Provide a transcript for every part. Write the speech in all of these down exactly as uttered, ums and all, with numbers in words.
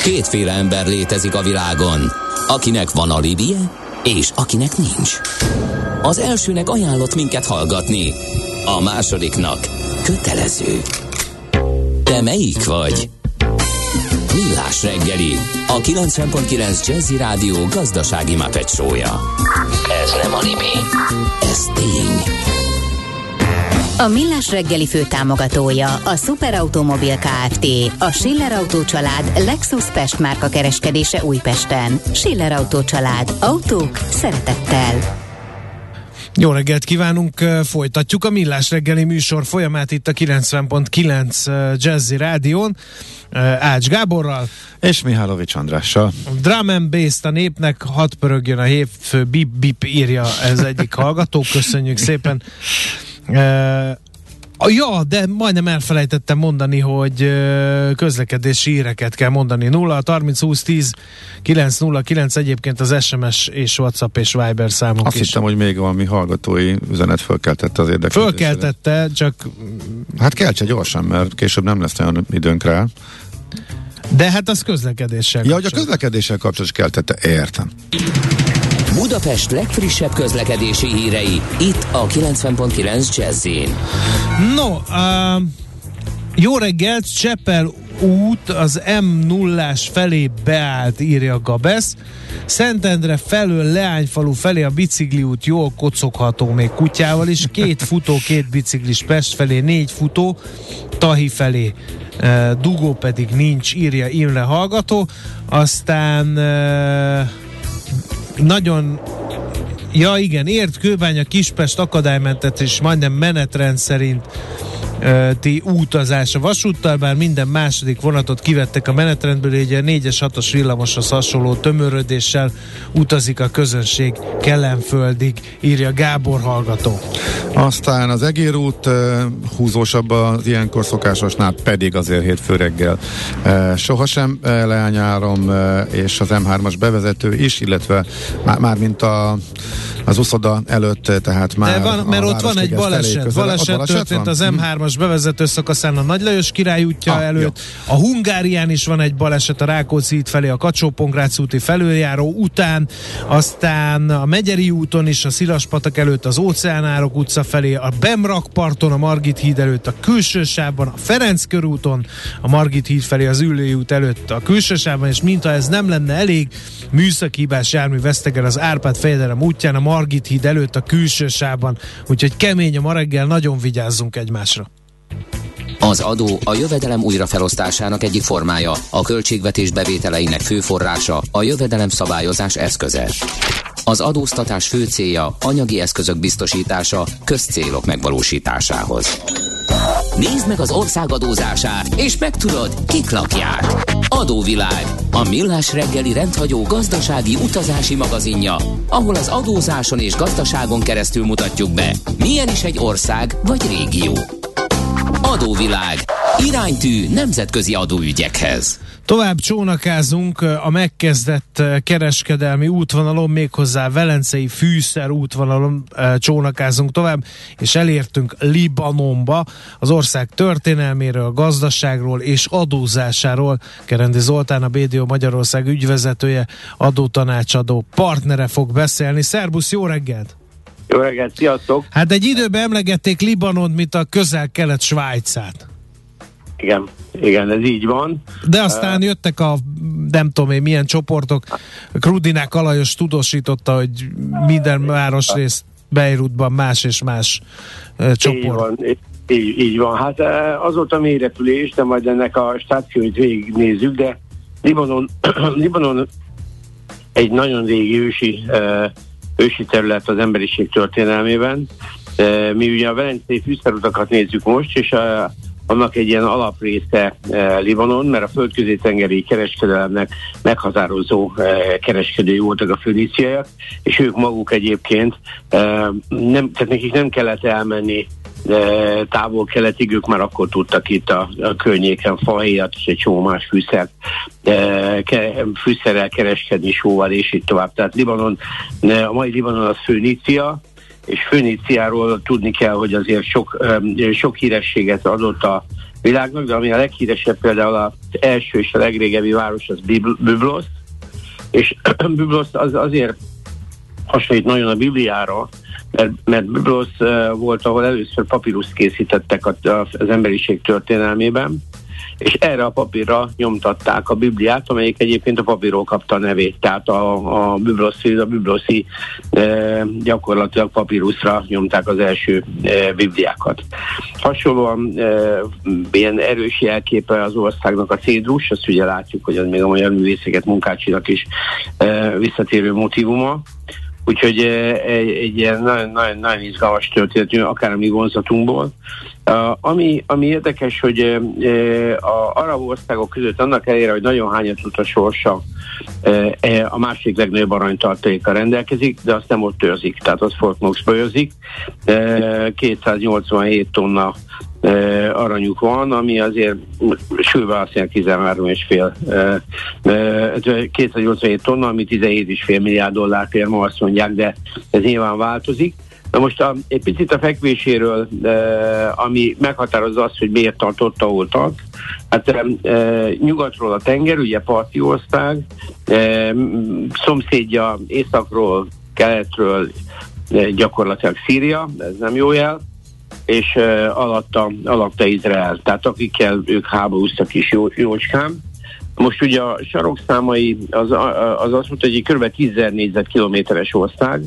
Kétféle ember létezik a világon, akinek van alibije, és akinek nincs. Az elsőnek ajánlott minket hallgatni, a másodiknak kötelező. Te melyik vagy? Millás reggeli, a kilencven pont kilenc Jazzy Rádió gazdasági Muppet show-ja. Ez nem anime, ez tény. A Millás reggeli főtámogatója a Superautomobil Kft. A Schiller Autó család Lexus Pest márka kereskedése Újpesten. Schiller Autó család. Autók szeretettel. Jó reggelt kívánunk, folytatjuk a Millás reggeli műsor folyamát itt a kilencven pont kilenc Jazzy Rádión, Ács Gáborral és Mihálovics Andrással. Drum and Bass a népnek, hadd pörögjön a hétfő, bip bip írja ez egyik hallgató, köszönjük szépen. Uh, ja, de majdnem elfelejtettem mondani, hogy uh, közlekedési híreket kell mondani. nulla harminc húsz tíz kilenc nulla kilenc egyébként az es em es és WhatsApp és Viber számok Azt is. hittem, hogy még valami hallgatói üzenet fölkeltette az érdeklődésre. Fölkeltette, csak... Hát keltse gyorsan, mert később nem lesz olyan időnk rá. De hát az közlekedéssel Ja, hogy a közlekedéssel kapcsolatos keltette, értem. Budapest legfrissebb közlekedési hírei, itt a kilencven pont kilenc Jazzyn. No, uh, jó reggelt, Csepel út az em nullás felé beállt, írja Gabesz. Szentendre felől Leányfalu felé a bicikliút jól kocogható még kutyával is. Két futó, két biciklis Pest felé, négy futó Tahi felé. Uh, dugó pedig nincs, írja Imre hallgató. Aztán uh, nagyon ja igen, ért Kőbánya Kispest akadálymentet és majdnem menetrend szerint ti utazás a vasúttal, bár minden második vonatot kivettek a menetrendből, így a négyes hatos villamoshoz hasonló tömörödéssel utazik a közönség Kellenföldig, írja Gábor hallgató. Aztán az Egér út uh, húzósabb az ilyenkor szokásosnál, pedig azért hétfő reggel uh, sohasem uh, leányáram uh, és az em hármas bevezető is, illetve már, már mint a az uszoda előtt, tehát már... De van, mert ott van egy baleset. Baleset, baleset történt van? Az em hármas bevezető szakaszán a Nagy Lajos Király útja ah, előtt. Jó. A Hungárián is van egy baleset a Rákóczi út felé, a Kacsó-Pongrác úti felüljáró után, aztán a Megyeri úton is, a Szilaspatak előtt, az Óceánárok utca felé, a Bemrakparton, a Margit híd előtt, a külső sávban, a Ferenc körúton, a Margit híd felé, az Üllői út előtt, a külső sávban, és mintha ez nem lenne elég, műszaki hibás jármű vesztegel az Árpád-Fejderem útján, a Margit híd előtt a külső sávban, úgyhogy kemény a ma reggel, nagyon vigyázzunk egymásra. Az adó a jövedelem újrafelosztásának egyik formája, a költségvetés bevételeinek fő forrása, a jövedelem szabályozás eszköze. Az adóztatás fő célja anyagi eszközök biztosítása közcélok megvalósításához. Nézd meg az ország adózását, és megtudod, kik lakják. Adóvilág, a millás reggeli rendhagyó gazdasági utazási magazinja, ahol az adózáson és gazdaságon keresztül mutatjuk be, milyen is egy ország vagy régió. Adóvilág, iránytű nemzetközi adóügyekhez. Tovább csónakázunk a megkezdett kereskedelmi útvonalon, méghozzá velencei fűszer útvonalon csónakázunk tovább, és elértünk Libanonba, az ország történelméről, gazdaságról és adózásáról. Kerendi Zoltán, a bé dé o Magyarország ügyvezetője, adótanácsadó partnere fog beszélni. Szerbusz, jó reggelt! Jó reggelt, sziasztok! Hát egy időben emlegették Libanont, mint a közel-kelet Svájcát. Igen, igen, ez így van. De aztán jöttek a nem tudom én milyen csoportok. Krudinák Alajos tudósította, hogy minden városrész Beirutban más és más uh, csoport. Így van, így, így van. Hát az volt a mélyrepülés, de majd ennek a stációit végignézzük, de Libanon, Libanon egy nagyon régi ősi, uh, ősi terület az emberiség történelmében. Uh, mi ugye a velencei fűszerutakat nézzük most, és a annak egy ilyen alaprésze e, Libanon, mert a földközi-tengeri kereskedelemnek meghatározó e, kereskedői voltak a föníciaiak, és ők maguk egyébként, e, nem, tehát nekik nem kellett elmenni e, távol-keletig, ők már akkor tudtak itt a, a környéken fahéjat és egy csomó más fűszert, e, ke, fűszerrel kereskedni, sóval és így tovább. Tehát Libanon, a mai Libanon az Fönícia, és Föníciáról tudni kell, hogy azért sok, sok hírességet adott a világnak, de ami a leghíresebb például az első és a legrégebbi város az Byblos, és Byblos az azért hasonlít nagyon a Bibliára, mert, mert Byblos volt, ahol először papíruszt készítettek az emberiség történelmében, és erre a papírra nyomtatták a Bibliát, amelyik egyébként a papírról kapta a nevét, tehát a, a Bybloszi, a Bybloszi e, gyakorlatilag papíruszra nyomták az első e, Bibliákat. Hasonlóan e, ilyen erős jelképe az országnak a cédrus, azt ugye látjuk, hogy az még a magyar művészeket Munkácsinak is e, visszatérő motívuma. Úgyhogy egy, egy ilyen nagyon, nagyon, nagyon izgalmas történet, akár a mi vonzatunkból. Uh, ami, ami érdekes, hogy uh, a arab országok között annak ellenére, hogy nagyon hányatott a sorsa, uh, a másik legnagyobb aranytartalékkal rendelkezik, de azt nem ott őrzik, tehát az Fort Knoxba őrzik. Uh, kétszáznyolcvanhét tonna uh, aranyuk van, ami azért súlyban azt jelenti tizenhárom és fél uh, uh, kétszáznyolcvanhét tonna, ami tizenhét és fél milliárd dollár ér, ma azt mondják, de ez nyilván változik. Na most a, egy picit a fekvéséről, e, ami meghatározza azt, hogy miért tartott, ahol tart. Hát e, e, nyugatról a tenger, ugye parti ország, e, szomszédja északról, keletről e, gyakorlatilag Szíria, ez nem jó jel, és e, alatta, alatta Izrael, tehát akikkel ők háborúztak is jó, jócskán. Most ugye a sarokszámai az, az azt mondta, hogy kb. tízezer négyzetkilométeres ország,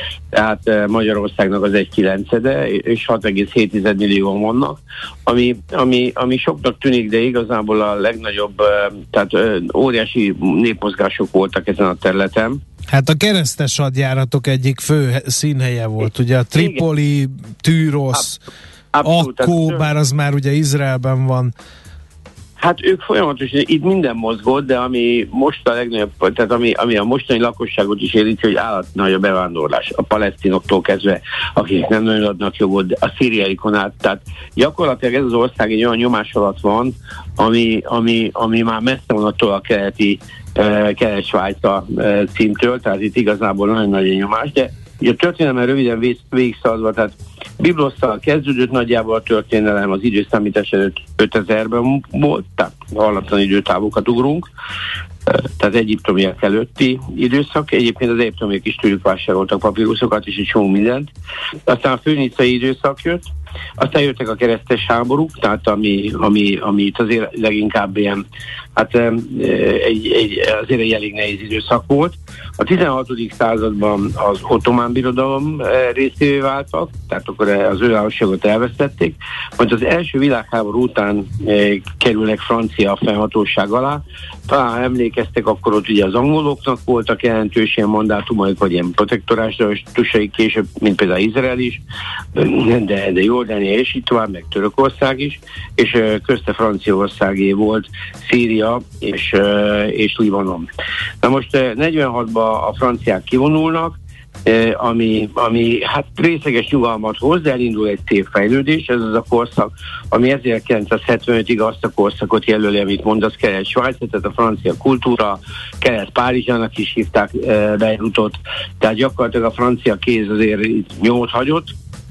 tehát Magyarországnak az egy kilencede, és hat egész hét millióan vannak, ami, ami, ami soknak tűnik, de igazából a legnagyobb, tehát óriási népmozgások voltak ezen a területen. Hát a keresztes hadjáratok egyik fő színhelye volt, ugye a Tripoli, Tűrosz, Akkó, bár az már ugye Izraelben van. Hát ők folyamatosan, itt minden mozgott, de ami most a legnagyobb, tehát ami, ami a mostani lakosságot is érinti, hogy állat nagy a bevándorlás, a palesztinoktól kezdve, akik nem nagyon adnak jogot, de a szíriaikon át. Tehát gyakorlatilag ez az ország egy olyan nyomás alatt van, ami, ami, ami már messze van attól a keleti, uh, kelet-svájca uh, címtől, tehát itt igazából nagyon nagy a nyomás, de ugye a történelmen röviden végigszaladva, tehát Byblosszal kezdődött nagyjából a történelem, az időszámítás előtt ötezerben volt, tehát hallatlan időtávokat ugrunk, tehát egyiptomiak előtti időszak. Egyébként az egyiptomiak is tőlük vásároltak papíruszokat és egy csomó mindent. Aztán a föníciai időszak jött, aztán jöttek a keresztes háborúk, tehát ami, ami, ami itt azért leginkább ilyen, hát egy, egy, azért egy elég nehéz időszak volt. A tizenhatodik században az ottomán birodalom részévé váltak, tehát akkor az önállóságot elvesztették, majd az első világháború után kerülnek francia fennhatóság alá. Talán emlékeztek, akkor ott ugye az angoloknak voltak jelentős ilyen mandátumaik, vagy ilyen protektorátusai később, mint például Izrael is, de, de Jordánia és így tovább, meg Törökország is, és közte Franciaországé volt Szíria és, és Libanon. Na most negyvenhatban a franciák kivonulnak, ami, ami hát részleges nyugalmat hoz, de elindul egy szép fejlődés, ez az a korszak, ami ezerkilencszázhetvenötig azt a korszakot jelöli, amit mondasz, Kelet-Svájc, tehát a francia kultúra, Kelet-Párizsának is hívták Beirutot, tehát gyakorlatilag a francia kéz azért nyomot hagyott,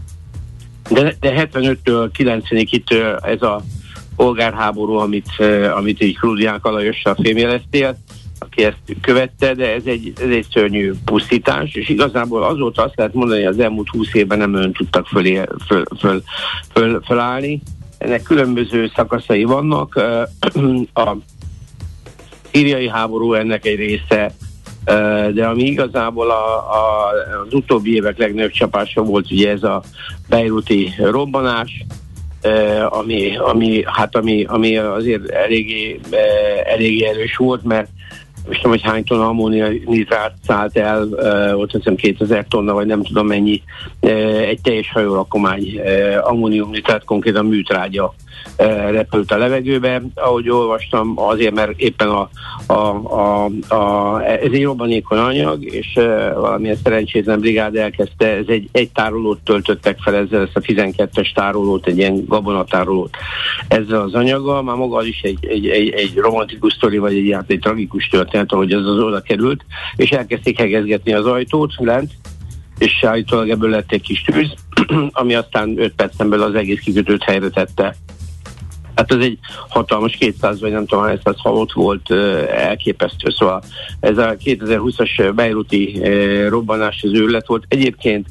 de, de hetvenöttől kilencvenig itt ez a polgárháború, amit, amit így Krúdiánk Alajossal fémjeleztél, aki ezt követte, de ez egy, ez egy szörnyű pusztítás, és igazából azóta azt lehet mondani, hogy az elmúlt húsz évben nem ön tudtak föl, föl, föl, föl, fölállni. Ennek különböző szakaszai vannak. A szíriai háború ennek egy része, de ami igazából a, a, az utóbbi évek legnagyobb csapása volt, ugye ez a beiruti robbanás, ami, ami, hát ami, ami azért eléggé, eléggé erős volt, mert most tudom, hogy hány tonna ammóniumnitrát szállt el, uh, ott hiszem kétezer tonna, vagy nem tudom mennyi, uh, egy teljes hajórakomány uh, ammóniumnitrát, konkrétan műtrágya uh, repült a levegőbe. Ahogy olvastam, azért, mert éppen a, a, a, a, ez egy robbanékony anyag, és uh, valamilyen szerencsétlen brigád elkezdte, ez egy, egy tárolót töltöttek fel ezzel, ezt a tizenkettes tárolót, egy ilyen gabonatárolót ezzel az anyaggal. Már maga az is egy, egy, egy, egy romantikus sztori, vagy egy, hát egy tragikus történet, ahogy ez az oda került, és elkezdték hegezgetni az ajtót lent, és állítólag ebből lett egy kis tűz, ami aztán öt percen belül az egész kikötőt helyre tette. Hát ez egy hatalmas kétszáz vagy nem tudom, hányszáz halott volt, elképesztő. Szóval ez a kétezer-húszas beiruti robbanás az őrület volt. Egyébként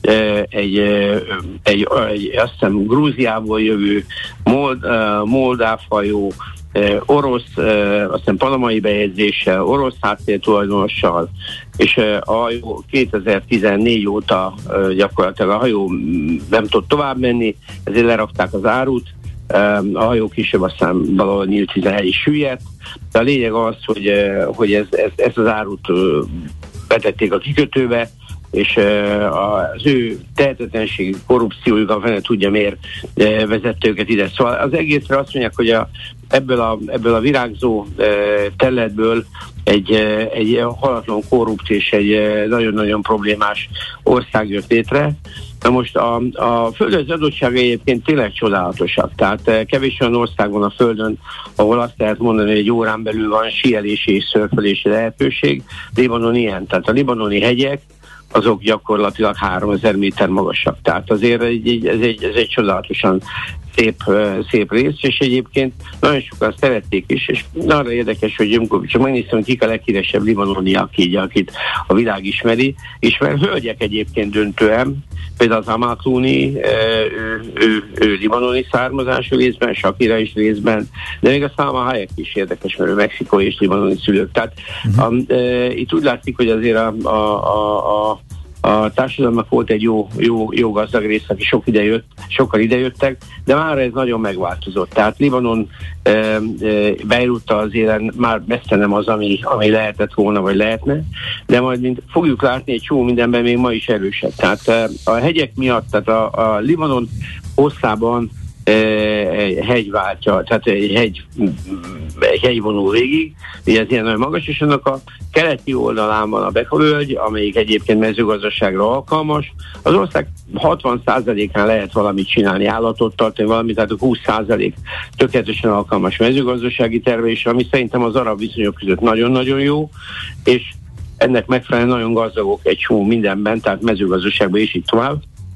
egy, egy, egy azt hiszem Grúziából jövő mold, moldáv hajó, orosz, azt hiszem panamai bejegyzéssel, orosz háttértulajdonossal, és a hajó kétezer-tizennégy óta gyakorlatilag a hajó nem tud tovább menni, ezért lerakták az árut. A hajó később aztán valahol nyílt tizenhely is süllyedt, de a lényeg az, hogy, hogy ez, ez, ez az árut betették a kikötőbe, és az ő tehetetlenségi korrupciójuk, a fene tudja miért vezette őket ide. Szóval az egészre azt mondják, hogy a, ebből, a, ebből a virágzó területből egy, egy halatlan korrupt és egy nagyon-nagyon problémás ország jött létre. Na most a, a földrajzi adottságai egyébként tényleg csodálatosak. Tehát kevés olyan ország van a Földön, ahol azt lehet mondani, hogy egy órán belül van síelési és szörfölési lehetőség. Libanon ilyen. Tehát a libanoni hegyek azok gyakorlatilag háromezer méter magasak. Tehát azért egy, ez, egy, ez egy csodálatosan szép, szép rész, és egyébként nagyon sokan szerették is, és arra érdekes, hogy amikor csak megnéztem, hogy kik a leghíresebb libanoniak így, akit a világ ismeri, ismer hölgyek egyébként döntően, például az Amaklouni, ő, ő, ő libanoni származású részben, Shakira is részben, de még a Salma Hayek is érdekes, mert ő mexikói és libanoni szülők. Tehát uh-huh. a, e, itt úgy látszik, hogy azért a, a, a, a A társadalomnak volt egy jó, jó, jó gazdag rész, aki sok ide jött, sokkal idejöttek, de már ez nagyon megváltozott. Tehát Libanon e, e, Beiruttal az élen már messze nem az, ami, ami lehetett volna, vagy lehetne, de majd mint fogjuk látni, egy csomó mindenben még ma is erősebb. Tehát e, a hegyek miatt, tehát a, a Libanon hosszában egy hegy váltja, tehát egy hegy, egy hegy vonul végig, ugye ez ilyen nagyon magas, és annak a keleti oldalán van a Beka-völgy, amelyik egyébként mezőgazdaságra alkalmas. Az ország hatvan százalékán lehet valamit csinálni, állatot tartani, valamit, tehát a húsz százalék tökéletesen alkalmas mezőgazdasági termelésre, ami szerintem az arab viszonyok között nagyon-nagyon jó, és ennek megfelelően nagyon gazdagok egy csomó mindenben, tehát mezőgazdaságban és így tovább.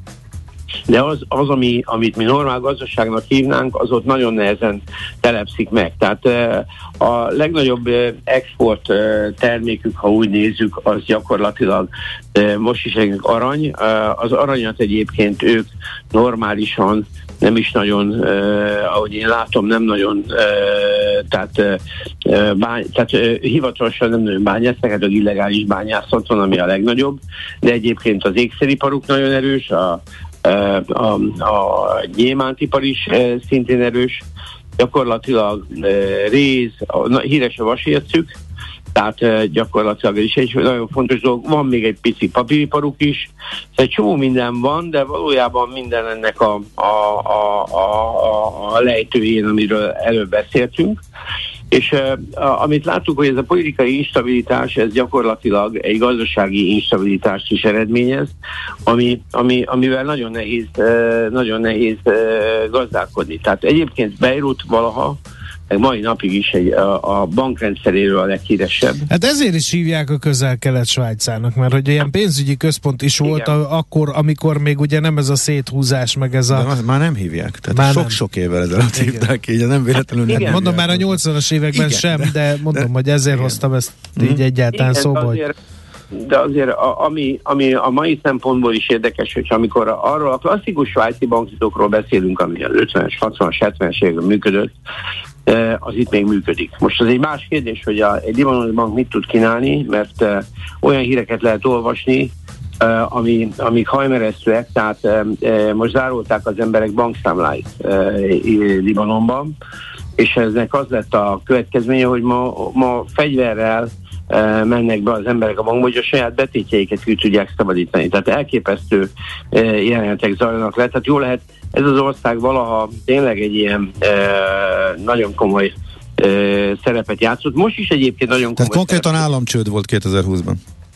De az, az ami, amit mi normál gazdaságnak hívnánk, az ott nagyon nehezen telepszik meg. Tehát a legnagyobb export termékük, ha úgy nézzük, az gyakorlatilag most is egy arany. Az aranyat egyébként ők normálisan nem is nagyon, eh, ahogy én látom, nem nagyon, eh, tehát, eh, bány, tehát eh, hivatalosan nem nagyon bányásznak, hát az illegális bányászat van, ami a legnagyobb, de egyébként az ékszeriparuk nagyon erős, a, a, a gyémántipar is eh, szintén erős, gyakorlatilag eh, réz, a, na, híres a vasércük, tehát uh, gyakorlatilag is egy nagyon fontos dolog. Van még egy pici papíriparuk is, egy csomó minden van, de valójában minden ennek a, a, a, a, a lejtőjén, amiről előbb beszéltünk. És uh, a, amit láttuk, hogy ez a politikai instabilitás, ez gyakorlatilag egy gazdasági instabilitást is eredményez, ami, ami, amivel nagyon nehéz, uh, nagyon nehéz uh, gazdálkodni. Tehát egyébként Beirut valaha, meg mai napig is egy, a, a bankrendszeréről a leghíresebb. Hát ezért is hívják a Közel-Kelet Svájcának, mert hogy ilyen pénzügyi központ is volt a, akkor, amikor még ugye nem ez a széthúzás, meg ez a... De már nem hívják, tehát sok-sok évvel ezelőtt hívták így, nem véletlenül nem. Mondom, már a nyolcvanas években igen, sem, de, de mondom, de, hogy ezért igen. hoztam ezt így mm. egyáltalán igen, szóba, hogy... De azért, a, ami, ami a mai szempontból is érdekes, hogy amikor arról a klasszikus svájci banktitokról beszélünk, ami az ötvenes, hatvanas, hetvenes években működött, az itt még működik. Most az egy más kérdés, hogy a, egy libanoni bank mit tud kínálni, mert uh, olyan híreket lehet olvasni, uh, ami, amik hajmeresztőek, tehát uh, most zárolták az emberek bankszámláit uh, Libanonban, és eznek az lett a következménye, hogy ma, ma fegyverrel uh, mennek be az emberek a bankba, hogy a saját betétjeiket ki tudják szabadítani. Tehát elképesztő uh, jelenetek zajlanak le, tehát jól lehet, ez az ország valaha tényleg egy ilyen e, nagyon komoly e, szerepet játszott. Most is egyébként nagyon komoly. Tehát konkrétan szerepet. Államcsőd volt kétezer-húszban.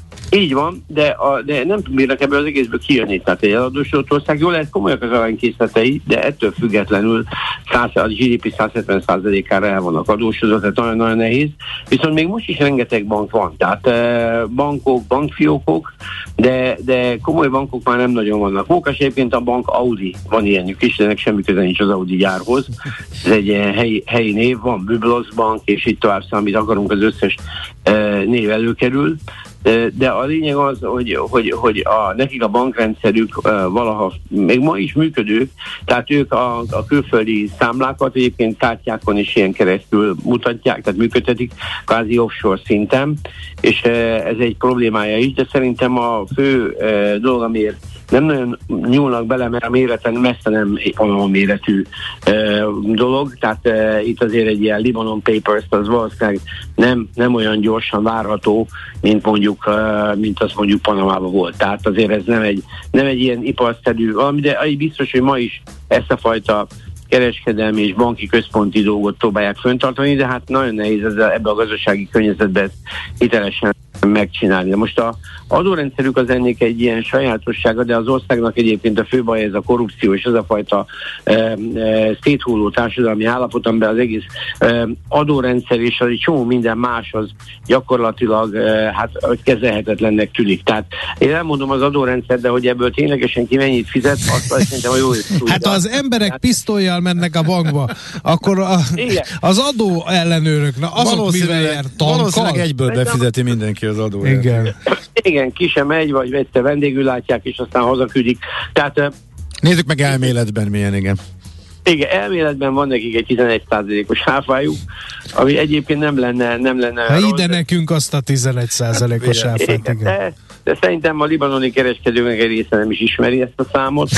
Így van, de, a, de nem bírnak ebből az egészből kijönni. Tehát egy eladósodott ország, jól lehet komolyak az aranykészletei, de ettől függetlenül száz, a gé dé pé száz hetven százalékára el vannak adósodott, tehát nagyon-nagyon nehéz. Viszont még most is rengeteg bank van, tehát e, bankok, bankfiókok, de, de komoly bankok már nem nagyon vannak. Mókás egyébként a bank Audi, van ilyenük is, de ennek semmi köze nincs az Audi gyárhoz. Ez egy helyi, helyi név, van Biblos Bank, és itt tovább, amit akarunk, az összes e, név előkerül. De a lényeg az, hogy, hogy, hogy a, nekik a bankrendszerük uh, valaha még ma is működő, tehát ők a, a külföldi számlákat egyébként kártyákon is ilyen keresztül mutatják, tehát működtetik kvázi offshore szinten, és uh, ez egy problémája is, de szerintem a fő uh, dolog, amiért nem nagyon nyúlnak bele, mert a méreten messze nem egy Panama méretű uh, dolog, tehát uh, itt azért egy ilyen Libanon Papers, az valószínűleg nem, nem olyan gyorsan várható, mint mondjuk, uh, mint az mondjuk Panamában volt. Tehát azért ez nem egy, nem egy ilyen iparszerű valami, de egy biztos, hogy ma is ezt a fajta kereskedelmi és banki központi dolgot próbálják föntartani, de hát nagyon nehéz ezzel, ebbe a gazdasági környezetben ezt hitelesen megcsinálni. De most a adórendszerük az ennek egy ilyen sajátossága, de az országnak egyébként a fő baj ez a korrupció és az a fajta e, e, széthulló társadalmi állapot, amiben az egész e, adórendszer és az egy csomó minden más az gyakorlatilag e, hát kezelhetetlennek tűnik. Tehát én elmondom az adórendszer, de hogy ebből ténylegesen ki mennyit fizet, azt, azt szerintem a jó. Hát ha az emberek hát, pisztollyal mennek a bankba, akkor a, az adó ellenőrök, na azok mivel jár tankkal? Valószínűleg egyből befizeti mindenki az adó. Igen. Igen, ki sem megy, vagy egyszer vendégül látják, és aztán hazaküldik. Tehát, nézzük meg elméletben milyen, igen. Igen, elméletben van nekik egy tizenegy százalékos áfájuk, ami egyébként nem lenne, nem lenne ha ide nekünk azt a tizenegy százalékos áfát, igen. igen. De, de szerintem a libanoni kereskedőknek egy része nem is ismeri ezt a számot.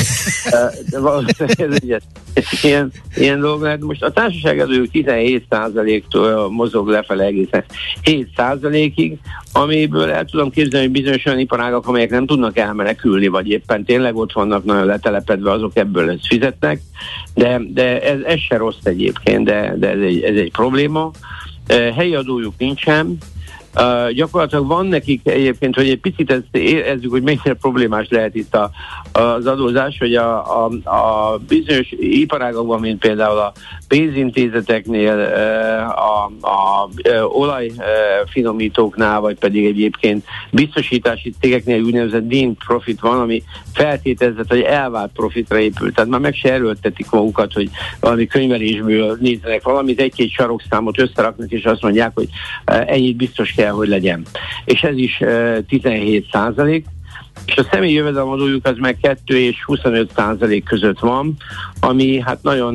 De valószínűleg ez egy ilyen, ilyen dolog lehet. Most a társaságadójuk tizenhét százaléktól mozog lefele egészen hét százalékig, amiből el tudom képzelni, hogy bizonyos olyan iparágak, amelyek nem tudnak elmenekülni, vagy éppen tényleg ott vannak nagyon letelepedve, azok ebből ezt fizetnek, de, de ez, ez se rossz egyébként, de, de ez, egy, ez egy probléma. Helyi adójuk nincsen. Uh, gyakorlatilag van nekik egyébként, hogy egy picit ezt érezzük, hogy mennyire problémás lehet itt a, az adózás, hogy a, a, a bizonyos iparágokban, mint például a pénzintézeteknél, a, a, a olajfinomítóknál, vagy pedig egyébként biztosítási cégeknél úgynevezett deemed profit van, ami feltételezett, hogy elvált profitra épül. Tehát már meg se erőltetik magukat, hogy valami könyvelésből nézzenek valamit, egy-két sarokszámot összeraknak, és azt mondják, hogy ennyit biztos kell, hogy legyen. És ez is tizenhét százalék, és a személyi jövedelemadójuk az meg kettő és huszonöt százalék között van, ami hát nagyon,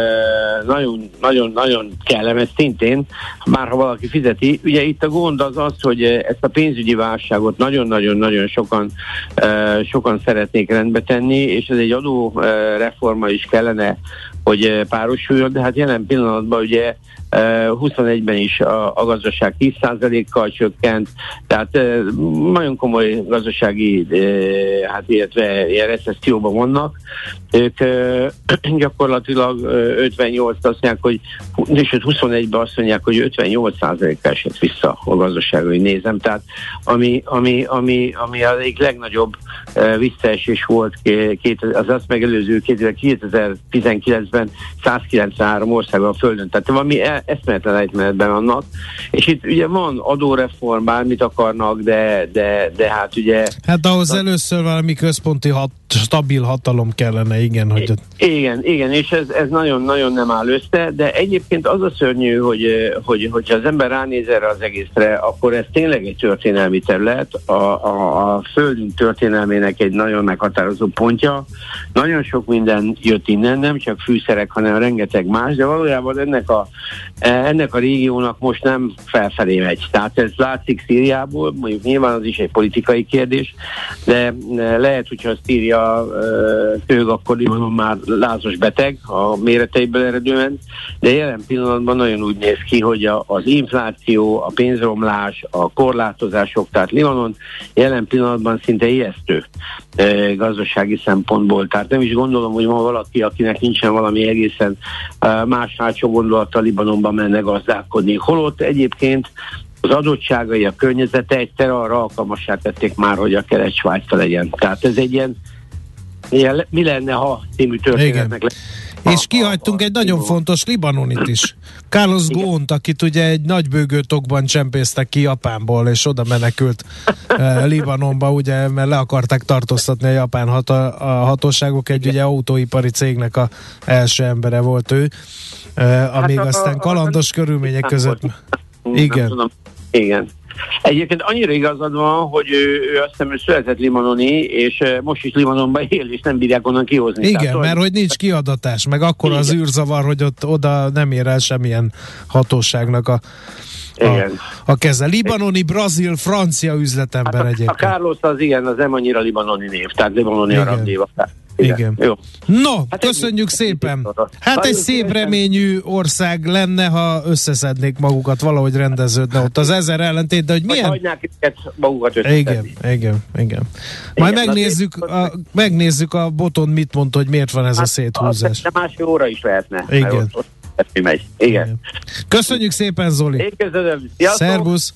nagyon, nagyon, nagyon kellemes szintén, már ha valaki fizeti. Ugye itt a gond az az, hogy ezt a pénzügyi válságot nagyon-nagyon-nagyon sokan, sokan szeretnék rendbe tenni, és ez egy adóreforma is kellene, hogy párosuljon, de hát jelen pillanatban ugye huszonegyben is a, a gazdaság tíz százalékkal csökkent, tehát nagyon komoly gazdasági, hát illetve ilyen recesszióban vannak. Ők gyakorlatilag ötvennyolc azt mondják, hogy és huszonegyben azt mondják, hogy ötvennyolc százalékkal esett vissza a gazdaság, hogy nézem. Tehát ami, ami, ami, ami az egyik legnagyobb visszaesés volt két, az azt megelőző kétezer-tizenkilencben százkilencvenhárom országban a Földön. Tehát valami eszméletlen ejtmenetben vannak. És itt ugye van adóreform, bármit akarnak, de, de, de hát ugye... Hát ahhoz először valami központi hat, stabil hatalom kellene, igen. Hogy... Igen, igen, és ez, ez nagyon-nagyon nem áll össze, de egyébként az a szörnyű, hogy, hogy, hogyha az ember ránéz erre az egészre, akkor ez tényleg egy történelmi terület, a, a, a Földünk történelmének egy nagyon meghatározó pontja. Nagyon sok minden jött innen, nem csak fűszerek, hanem rengeteg más, de valójában ennek a, ennek a régiónak most nem felfelé megy. Tehát ez látszik Szíriából, mondjuk nyilván az is egy politikai kérdés, de lehet, hogyha Szíria köhög, akkor Libanon már lázas beteg a méreteiből eredően, de jelen pillanatban nagyon úgy néz ki, hogy a, az infláció, a pénzromlás, a korlátozások, tehát Libanon jelen pillanatban szinte ijesztő e, gazdasági szempontból. Tehát nem is gondolom, hogy ma valaki, akinek nincsen valami egészen e, más hátsó gondolata Libanonban menne gazdálkodni. Holott egyébként az adottságai, a környezete egyszer arra alkalmassá tették már, hogy a keret Svájccal legyen. Tehát ez egy ilyen, ilyen mi lenne, ha című történetnek lesz. És kihagytunk egy nagyon fontos libanonit is. Carlos Ghosnt, akit ugye egy nagybőgőtokban csempésztek ki Japánból, és oda menekült uh, Libanonba, ugye, mert le akarták tartóztatni a japán hat- a hatóságok, egy ugye autóipari cégnek a első embere volt ő, uh, amíg hát aztán a, kalandos a, körülmények között... Igen. Tudom. Igen. Egyébként annyira igazad van, hogy ő, ő azt hiszem, ő született libanoni, és most is Libanonban él, és nem bírják onnan kihozni. Igen, tehát, mert hogy nincs kiadatás, meg akkor az űrzavar, hogy ott oda nem ér el semmilyen hatóságnak a, a, a keze. Libanoni, brazil, francia üzletember hát a, egyébként. A Carlos az igen, az nem annyira libanoni név, tehát libanoni arab név. Igen. Igen. Jó. No, hát köszönjük egy, szépen. Hát egy szép reményű ország lenne, ha összeszednék magukat, valahogy rendeződne ott az ezer ellentét, de hogy milyen... Vagy hagynák őket magukat összeszedni. Igen, igen, igen. Majd igen, megnézzük, a, megnézzük a boton mit mondta, hogy miért van ez hát, a széthúzás. De másfél óra is lehetne. Igen. Ott, ott, ott megy. Igen. Igen. Köszönjük szépen, Zoli. Én köszönöm. Sziasztok. Szervusz.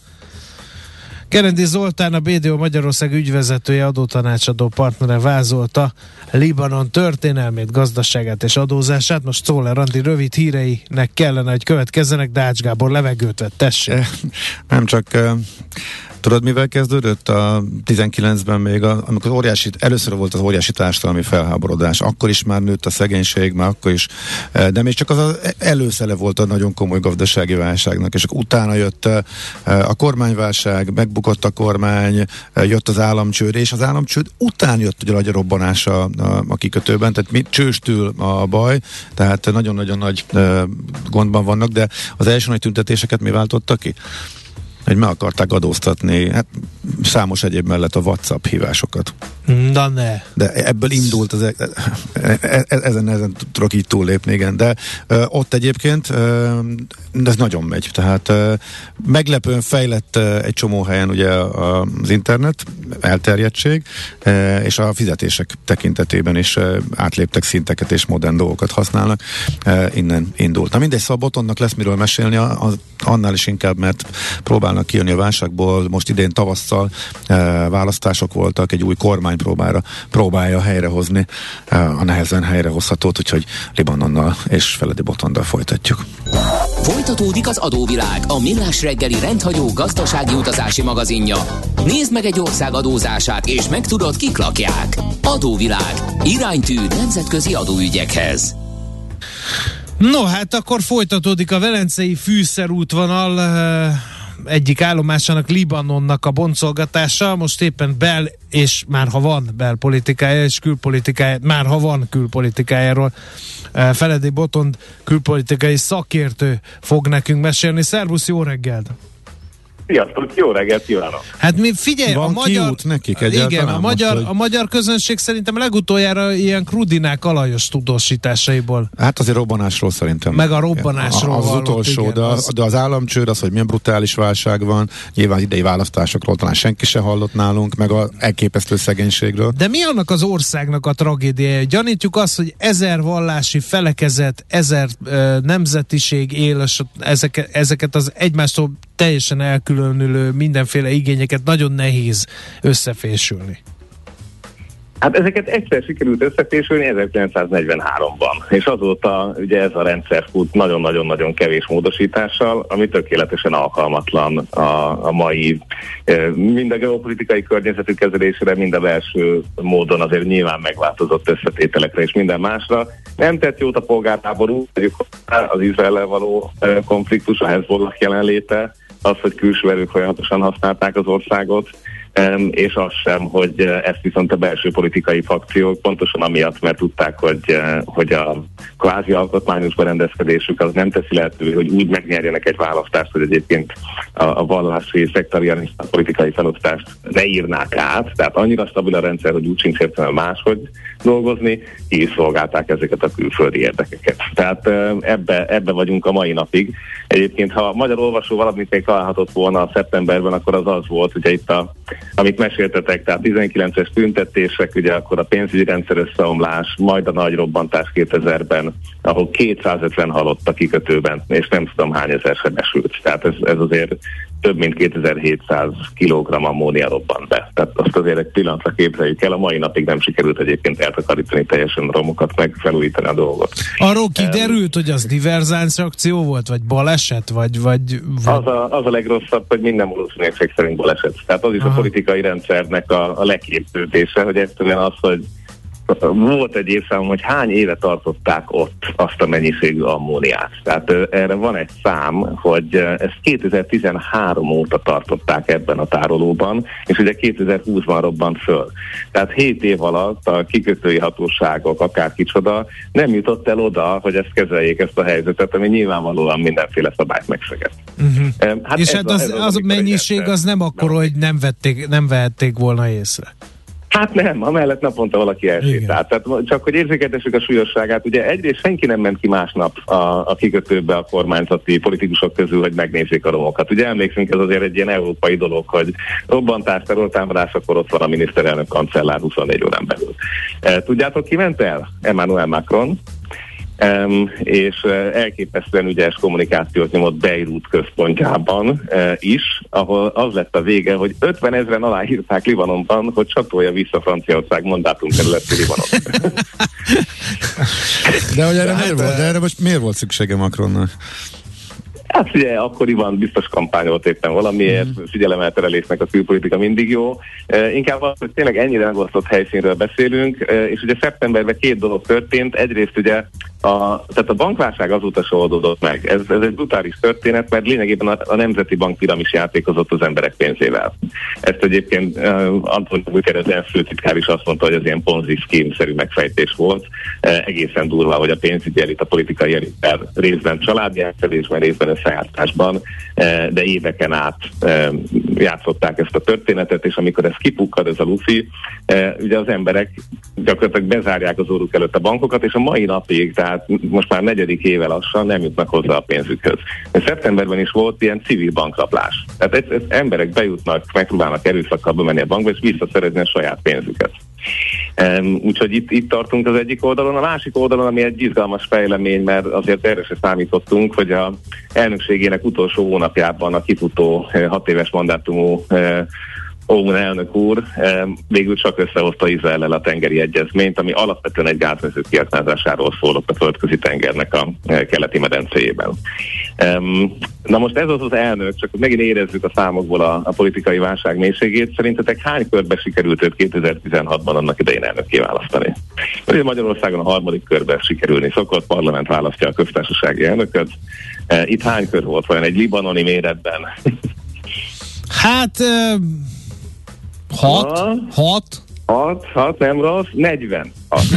Kerendi Zoltán, a bé dé o Magyarország ügyvezetője, adótanácsadó partnere vázolta Libanon történelmét, gazdaságát és adózását. Most Czoller Andi rövid híreinek kellene, hogy következzenek, de Ács Gábor levegőt vett, tessék. Nem csak... Tudod, mivel kezdődött a tizenkilencben még, a, amikor az óriási, először volt az óriási társadalmi felháborodás, akkor is már nőtt a szegénység, már akkor is, de még csak az, az előszele volt a nagyon komoly gazdasági válságnak, és akkor utána jött a kormányválság, megbukott a kormány, jött az államcsőd, és az államcsőd után jött ugye a nagy robbanás a, a, a kikötőben, tehát mi csőstül a baj, tehát nagyon-nagyon nagy gondban vannak, de az első nagy tüntetéseket mi váltottak ki? Hogy meg akarták adóztatni, hát számos egyéb mellett a WhatsApp hívásokat. Na ne. De ebből indult, az e- e- ezen, ezen tudok így túllépni, igen. De ö, ott egyébként ö, ez nagyon megy. Tehát ö, meglepően fejlett ö, egy csomó helyen ugye az internet, elterjedtség, ö, és a fizetések tekintetében is ö, átléptek szinteket és modern dolgokat használnak. Ö, innen indult. Na mindegy, szóval Botonnak lesz miről mesélni, az, annál is inkább, mert próbálnak kijönni a válságból. Most idén tavasszal ö, választások voltak, egy új kormány próbára, próbálja helyrehozni a nehezen helyrehozhatót, úgyhogy Libanonnal és Feledi Botondal folytatjuk. Folytatódik az Adóvilág, a millás reggeli rendhagyó gazdasági utazási magazinja. Nézd meg egy ország adózását, és megtudod, kik lakják. Adóvilág. Iránytű nemzetközi adóügyekhez. No, hát akkor folytatódik a velencei fűszerútvonal egyik állomásának, Libanonnak a boncolgatása. Most éppen bel, és már ha van belpolitikája, és külpolitikája, már ha van külpolitikájáról Feledi Botond külpolitikai szakértő fog nekünk mesélni. Szervusz, jó reggelt! Sziasztok, jó reggelt kívánok! Hát mi figyelj, van a magyar, nekik igen, a magyar, most, a magyar közönség szerintem legutoljára ilyen Krudinák alajos tudósításaiból. Hát azért robbanásról szerintem. Meg a robbanásról. Az, az utolsó, igen, de, az, de az államcsőd, az, hogy milyen brutális válság van, nyilván idei választásokról talán senki se hallott nálunk, meg az elképesztő szegénységről. De mi annak az országnak a tragédiája? Gyanítjuk azt, hogy ezer vallási felekezet, ezer uh, nemzetiség él, és ezeket, ezeket az egymástól teljesen elkülönülő mindenféle igényeket nagyon nehéz összefésülni. Hát ezeket egyszer sikerült összefésülni ezerkilencszáznegyvenháromban, és azóta ugye ez a rendszer fut nagyon-nagyon-nagyon kevés módosítással, ami tökéletesen alkalmatlan a, a mai mind a geopolitikai környezetű kezelésére, mind a belső módon azért nyilván megváltozott összetételekre és minden másra. Nem tett jót a polgárháború, az Izraellel való konfliktus, a Hezbollah jelenléte, az, hogy külső erők folyamatosan használták az országot, és az sem, hogy ezt viszont a belső politikai fakciók pontosan amiatt, mert tudták, hogy, hogy a kvázi alkotmányos berendezkedésük az nem teszi lehetővé, hogy úgy megnyerjenek egy választást, hogy egyébként a, a vallási szektarianista politikai felosztást ne írnák át, tehát annyira stabil a rendszer, hogy úgy sincs értelme máshogy dolgozni, ki is szolgálták ezeket a külföldi érdekeket. Tehát ebbe, ebbe vagyunk a mai napig. Egyébként, ha a magyar olvasó valamit még találhatott volna a szeptemberben, akkor az az volt, ugye itt a amit meséltetek, tehát tizenkilences tüntetések, ugye akkor a pénzügyi rendszer összeomlás, majd a nagy robbantás kétezerben, ahol kétszázötven halott a kikötőben, és nem tudom hány ezer sebesült. Tehát ez, ez azért több mint kétezer-hétszáz kilogramm ammónia robbant be. Tehát azt azért egy pillanatra képzeljük el, a mai napig nem sikerült egyébként eltakarítani teljesen a romokat, meg felújítani a dolgot. Arról kiderült, um, hogy az diverzáns akció volt, vagy baleset, vagy... vagy, vagy... Az, a, az a legrosszabb, hogy minden valószínűség szerint baleset. Tehát az is Aha. a politikai rendszernek a, a leképződése, hogy egyszerűen az, hogy volt egy évszámom, hogy hány éve tartották ott azt a mennyiségű ammóniát. Tehát erre van egy szám, hogy ezt kétezer-tizenhárom óta tartották ebben a tárolóban, és ugye kétezer-húszban robbant föl. Tehát hét év alatt a kikötői hatóságok, akár kicsoda, nem jutott el oda, hogy ezt kezeljék, ezt a helyzetet, ami nyilvánvalóan mindenféle szabályt megszegett. Uh-huh. Hát és hát az, a, az, az a mennyiség az nem akkor, hogy nem, vették, nem vehették volna észre. Hát nem, amellett naponta valaki elsétált. Tehát csak hogy érzékeltessük a súlyosságát, ugye egyrészt senki nem ment ki másnap a, a kikötőbe a kormányzati politikusok közül, hogy megnézzék a romokat. Ugye emlékszünk, ez azért egy ilyen európai dolog, hogy robbantás, terrortámadás, akkor ott van a miniszterelnök kancellár huszonnégy órán belül. Tudjátok, ki ment el? Emmanuel Macron. Um, és uh, elképesztően ügyes kommunikációt nyomott Beirut központjában uh, is, ahol az lett a vége, hogy ötven ezren aláírták Libanonban, hogy csatolja vissza Franciaország mandátum területi Libanon. De hogy erre, miért volt? De erre most miért volt szüksége Macronnak? Hát ugye akkoriban biztos kampányolt éppen valamiért, mm. figyelemelterelésnek a külpolitika mindig jó. E, inkább az, hogy tényleg ennyire megosztott helyszínről beszélünk, e, és ugye szeptemberben két dolog történt. Egyrészt ugye a, tehát a bankválság azóta se oldódott meg. Ez, ez egy brutális történet, mert lényegében a, a Nemzeti Bank piramis játékozott az emberek pénzével. Ezt egyébként uh, Antonio Guterres főtitkár is azt mondta, hogy ez ilyen Ponzi scheme-szerű megfejtés volt. E, egészen durva, hogy a pénzügyi elit, a politikai elittel részben családi átszerésben, részben összejátszásban, e, de éveken át e, játszották ezt a történetet, és amikor ez kipukkad, ez a lufi, e, ugye az emberek gyakorlatilag bezárják az óruk előtt a bankokat, és a mai napig, tehát most már negyedik éve lassan nem jutnak hozzá a pénzükhöz. Szeptemberben is volt ilyen civil bankrablás. Tehát ez, ez emberek bejutnak, megpróbálnak erőszakkal bemenni a bankba, és visszaszerezni a saját pénzüket. Um, úgyhogy itt, itt tartunk az egyik oldalon. A másik oldalon, ami egy izgalmas fejlemény, mert azért erre se számítottunk, hogy a elnökségének utolsó hónapjában a kifutó hat éves mandátumú Owen elnök úr végül csak összehozta Izraellel a tengeri egyezményt, ami alapvetően egy gázmező kiaknázásáról szólott a földközi tengernek a keleti medencéjében. Na most ez az az elnök, csak megint érezzük a számokból a, a politikai válság mélységét. Szerintetek hány körbe sikerült őt kétezer-tizenhatban annak idején elnökké választani? Ugye Magyarországon a harmadik körben sikerülni szokott, parlament választja a köztársasági elnököt. Itt hány kör volt vajon egy libanoni méretben? Hát... Uh... Hat? Hat? Hat, hat, nem rossz, negyven.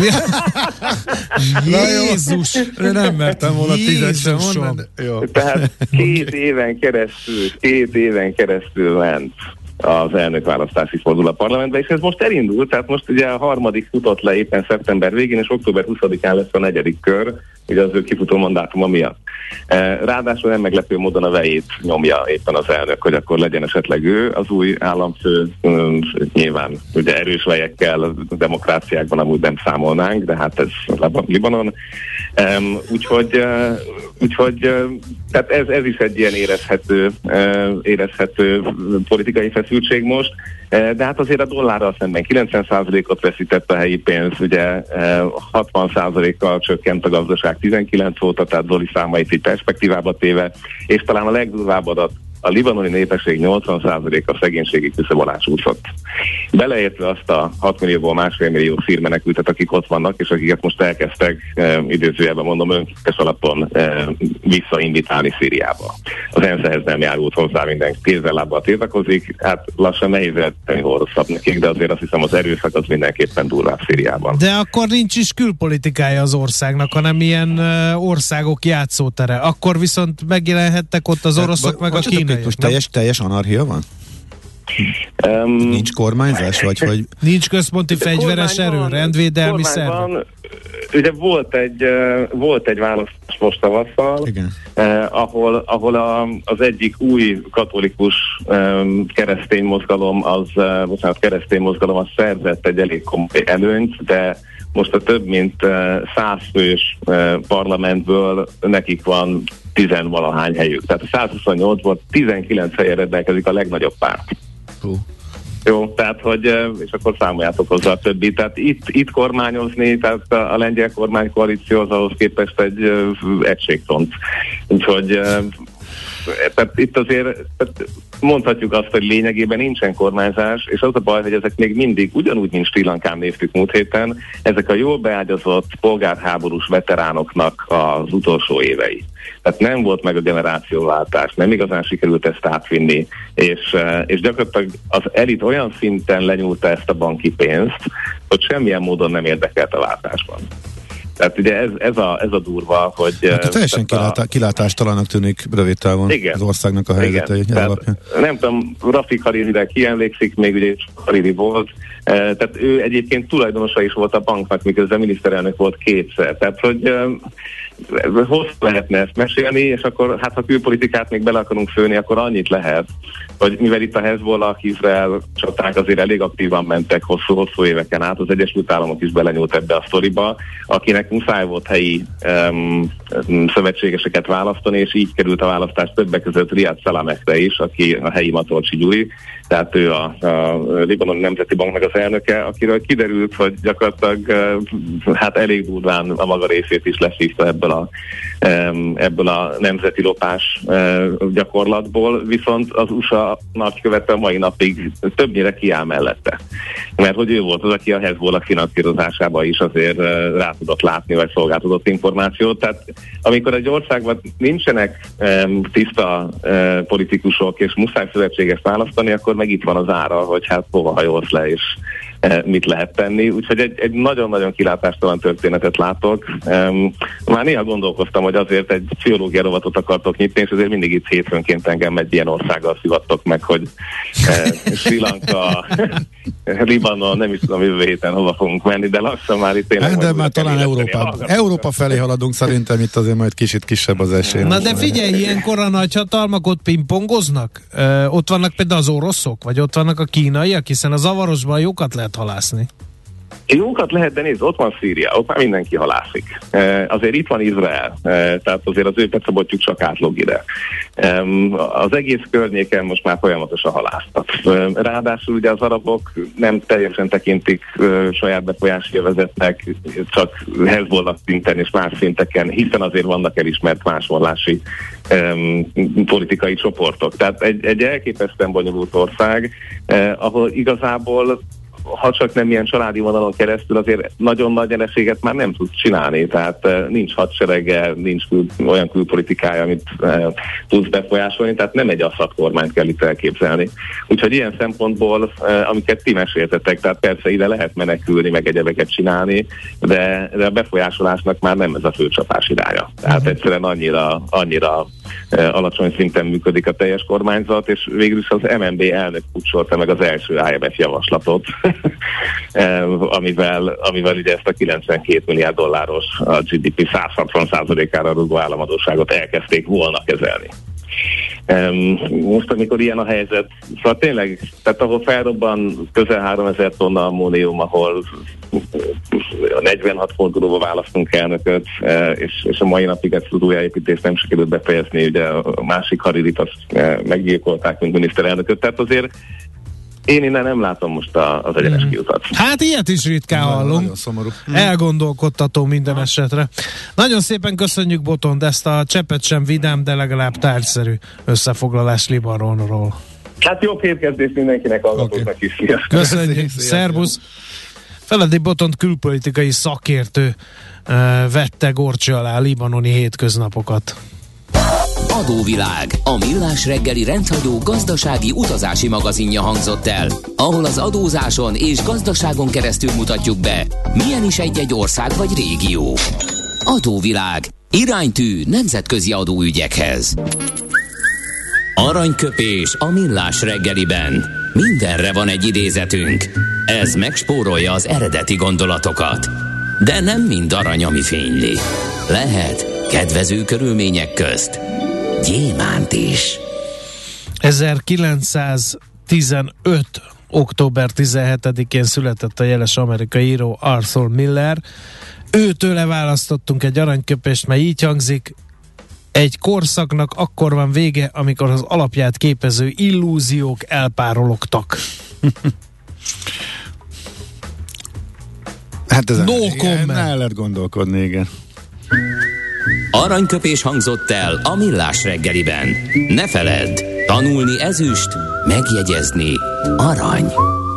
Jézus! Nem mertem volna tízet sem mondani. Jó. Tehát két éven keresztül, két éven keresztül ment az elnökválasztási fordul a parlamentbe, és ez most elindult, tehát most ugye a harmadik futott le éppen szeptember végén, és október huszadikán lesz a negyedik kör, ugye az ő kifutó mandátuma miatt. Ráadásul nem meglepő módon a vejét nyomja éppen az elnök, hogy akkor legyen esetleg ő az új államfő. Nyilván ugye erős vejekkel a demokráciákban amúgy nem számolnánk, de hát ez Libanon. Úgyhogy, úgyhogy tehát ez, ez is egy ilyen érezhető, érezhető politikai feszültség most. De hát azért a dollárral szemben kilencven százalékot veszített a helyi pénz, ugye hatvan százalékkal csökkent a gazdaság tizenkilenc óta, tehát Zoli számait így perspektívába téve, és talán a legdurvább adat, a libanoni népesség nyolcvan százaléka szegénységi küszöb alá csúszott. Beleértve azt a hat millióból másfél millió szírmenekültet, akik ott vannak, és akiket most elkezdtek e, időzőjelben mondom önkéntes alapon e, visszaindítálni Szíriába. Az ENSZ ehhez nem járult hozzá, minden kézzel-lábbal tiltakozik, hát lassan nehéz eltenni rosszabb nekik, de azért azt hiszem az erőszak az mindenképpen durvább Szíriában. De akkor nincs is külpolitikája az országnak, hanem ilyen uh, országok játszótere. Akkor viszont megjelenhettek ott az oroszok, meg a kínaiak. Most teljes, teljes anarchia van? Um, Nincs kormányzás, vagy hogy... Nincs központi fegyveres erő, rendvédelmi szerv. Ugye volt egy, uh, volt egy választás most, most tavasszal, eh, ahol, ahol a, az egyik új katolikus eh, keresztény mozgalom, az, eh, bocsánat, keresztény mozgalom az szerzett egy elég komoly előnyt, de most a több mint eh, száz fős eh, parlamentből nekik van tizenvalahány helyük. Tehát a százhuszonnyolcból tizenkilenc helyen rendelkezik a legnagyobb párt. Uh. Jó, tehát, hogy, és akkor számoljátok hozzá a többi. Tehát itt, itt kormányozni, tehát a, a lengyel kormánykoalíció az ahhoz képest egy uh, egységtont. Úgyhogy uh, tehát itt azért tehát mondhatjuk azt, hogy lényegében nincsen kormányzás, és az a baj, hogy ezek még mindig ugyanúgy, mint Srí Lankán néztük múlt héten, ezek a jól beágyazott polgárháborús veteránoknak az utolsó évei. Tehát nem volt meg a generációváltás, nem igazán sikerült ezt átvinni, és, és gyakorlatilag az elit olyan szinten lenyúlta ezt a banki pénzt, hogy semmilyen módon nem érdekelt a váltásban. Tehát ugye ez, ez, a, ez a durva, hogy... Hát teljesen kilátá, kilátástalanak tűnik rövid távon igen, az országnak a helyzete alapján. Nem tudom, Rafik Hariri-re ki emlékszik, még ugye Hariri volt, tehát ő egyébként tulajdonosa is volt a banknak, miközben miniszterelnök volt kétszer. Tehát, hogy hosszú lehetne ezt mesélni, és akkor hát ha külpolitikát még bele akarunk főni, akkor annyit lehet, hogy mivel itt a Hezbollah, Izrael csaták azért elég aktívan mentek hosszú-hosszú éveken át, az Egyesült Államok is belenyúlt ebbe a sztoriba, akinek muszáj volt helyi um, szövetségeseket választani, és így került a választás többek között Riad Salamekre is, aki a helyi Matolcsi Gyuri, tehát ő a, a Libanon Nemzeti Banknak az elnöke, akiről kiderült, hogy gyakorlatilag hát elég durván a maga részét is leszívta ebből a, ebből a nemzeti lopás gyakorlatból, viszont az u es á nagykövete a mai napig többnyire kiáll mellette. Mert hogy ő volt az, aki a Hezbollah finanszírozásába is azért rá tudott látni, vagy szolgáltatott információt. Tehát amikor egy országban nincsenek tiszta politikusok, és muszáj szövetséget választani, akkor meg itt van az ára, hogy hát hova hajolsz le, és mit lehet tenni. Úgyhogy egy, egy nagyon-nagyon kilátástalan történetet látok. Um, már néha gondolkoztam, hogy azért egy pszichológia rovatot akartok nyitni, és azért mindig itt hétfőnként engem egy ilyen országgal szivattok meg, hogy uh, Sri Lanka, Libanon, nem is tudom jövő héten hova fogunk menni, de lassan már itt tényleg... De már talán Európa, Európa felé haladunk, szerintem itt azért majd kicsit kisebb az esély. Na de figyelj, ilyenkor a nagyhatalmak ott pingpongoznak? Ö, ott vannak például az oroszok, vagy ott vannak a kínaiak, hiszen a zavarosban jókat lehet halászni. Jókat lehet, de nézd, ott van Szíria, ott már mindenki halászik. E, azért itt van Izrael, e, tehát azért az ő petszabotjuk csak átlog ide. E, az egész környéken most már folyamatosan halásztak. E, ráadásul ugye az arabok nem teljesen tekintik e, saját befolyási övezetnek, csak Hezbollah szinten és más szinteken, hiszen azért vannak elismert más vallási e, politikai csoportok. Tehát egy, egy elképesztően bonyolult ország, e, ahol igazából ha csak nem ilyen családi vonalon keresztül, azért nagyon nagy nyereséget már nem tud csinálni, tehát uh, nincs hadserege, nincs kül- olyan külpolitikája, amit uh, tudsz befolyásolni, tehát nem egy Assad kormányt kell itt elképzelni. Úgyhogy ilyen szempontból, uh, amiket ti meséltetek, tehát persze ide lehet menekülni, meg egyebeket csinálni, de, de a befolyásolásnak már nem ez a főcsapás iránya. Tehát uh-huh. egyszerűen annyira, annyira uh, alacsony szinten működik a teljes kormányzat, és végül is az em en bé elnök pucsolta meg az első i em ef javaslatot, amivel, amivel ugye ezt a kilencvenkét milliárd dolláros a gé dé pé száz hatvan százalékára rúgó államadósságot elkezdték volna kezelni. Most, amikor ilyen a helyzet, szóval tényleg, tehát ahol felrobban közel háromezer tonna ammónium, ahol negyvenhat fordulóba választunk elnököt, és, és a mai napig ezt az újjáépítést nem sikerült befejezni, ugye a másik Haririt azt meggyilkolták, mint miniszterelnököt, tehát azért én innen nem látom most a, az egyenes mm. kiutat. Hát ilyet is ritkán hallunk. Nagyon szomorú. Elgondolkodtató minden esetre. Nagyon szépen köszönjük, Botond, ezt a cseppet sem vidám, de legalább tárgyszerű összefoglalás Libanonról. Hát jó képkezdés mindenkinek, hallgatóknak okay. is. Szia. Köszönjük, szervusz! Feledi Botond külpolitikai szakértő uh, vette górcső alá a libanoni hétköznapokat. Adóvilág, a millás reggeli rendhagyó gazdasági utazási magazinja hangzott el, ahol az adózáson és gazdaságon keresztül mutatjuk be, milyen is egy-egy ország vagy régió. Adóvilág, iránytű nemzetközi adóügyekhez. Aranyköpés a millás reggeliben. Mindenre van egy idézetünk. Ez megspórolja az eredeti gondolatokat. De nem mind arany, ami fényli. Lehet kedvező körülmények közt gyémánt is. ezerkilencszáztizenöt. október tizenhetedikén született a jeles amerikai író Arthur Miller. Őtőle választottunk egy aranyköpést, mely így hangzik: egy korszaknak akkor van vége, amikor az alapját képező illúziók elpárologtak. Hát ez no comment. El lehet gondolkodni, igen. Aranyköpés hangzott el a Millás reggeliben. Ne feledd, tanulni ezüst, megjegyezni arany.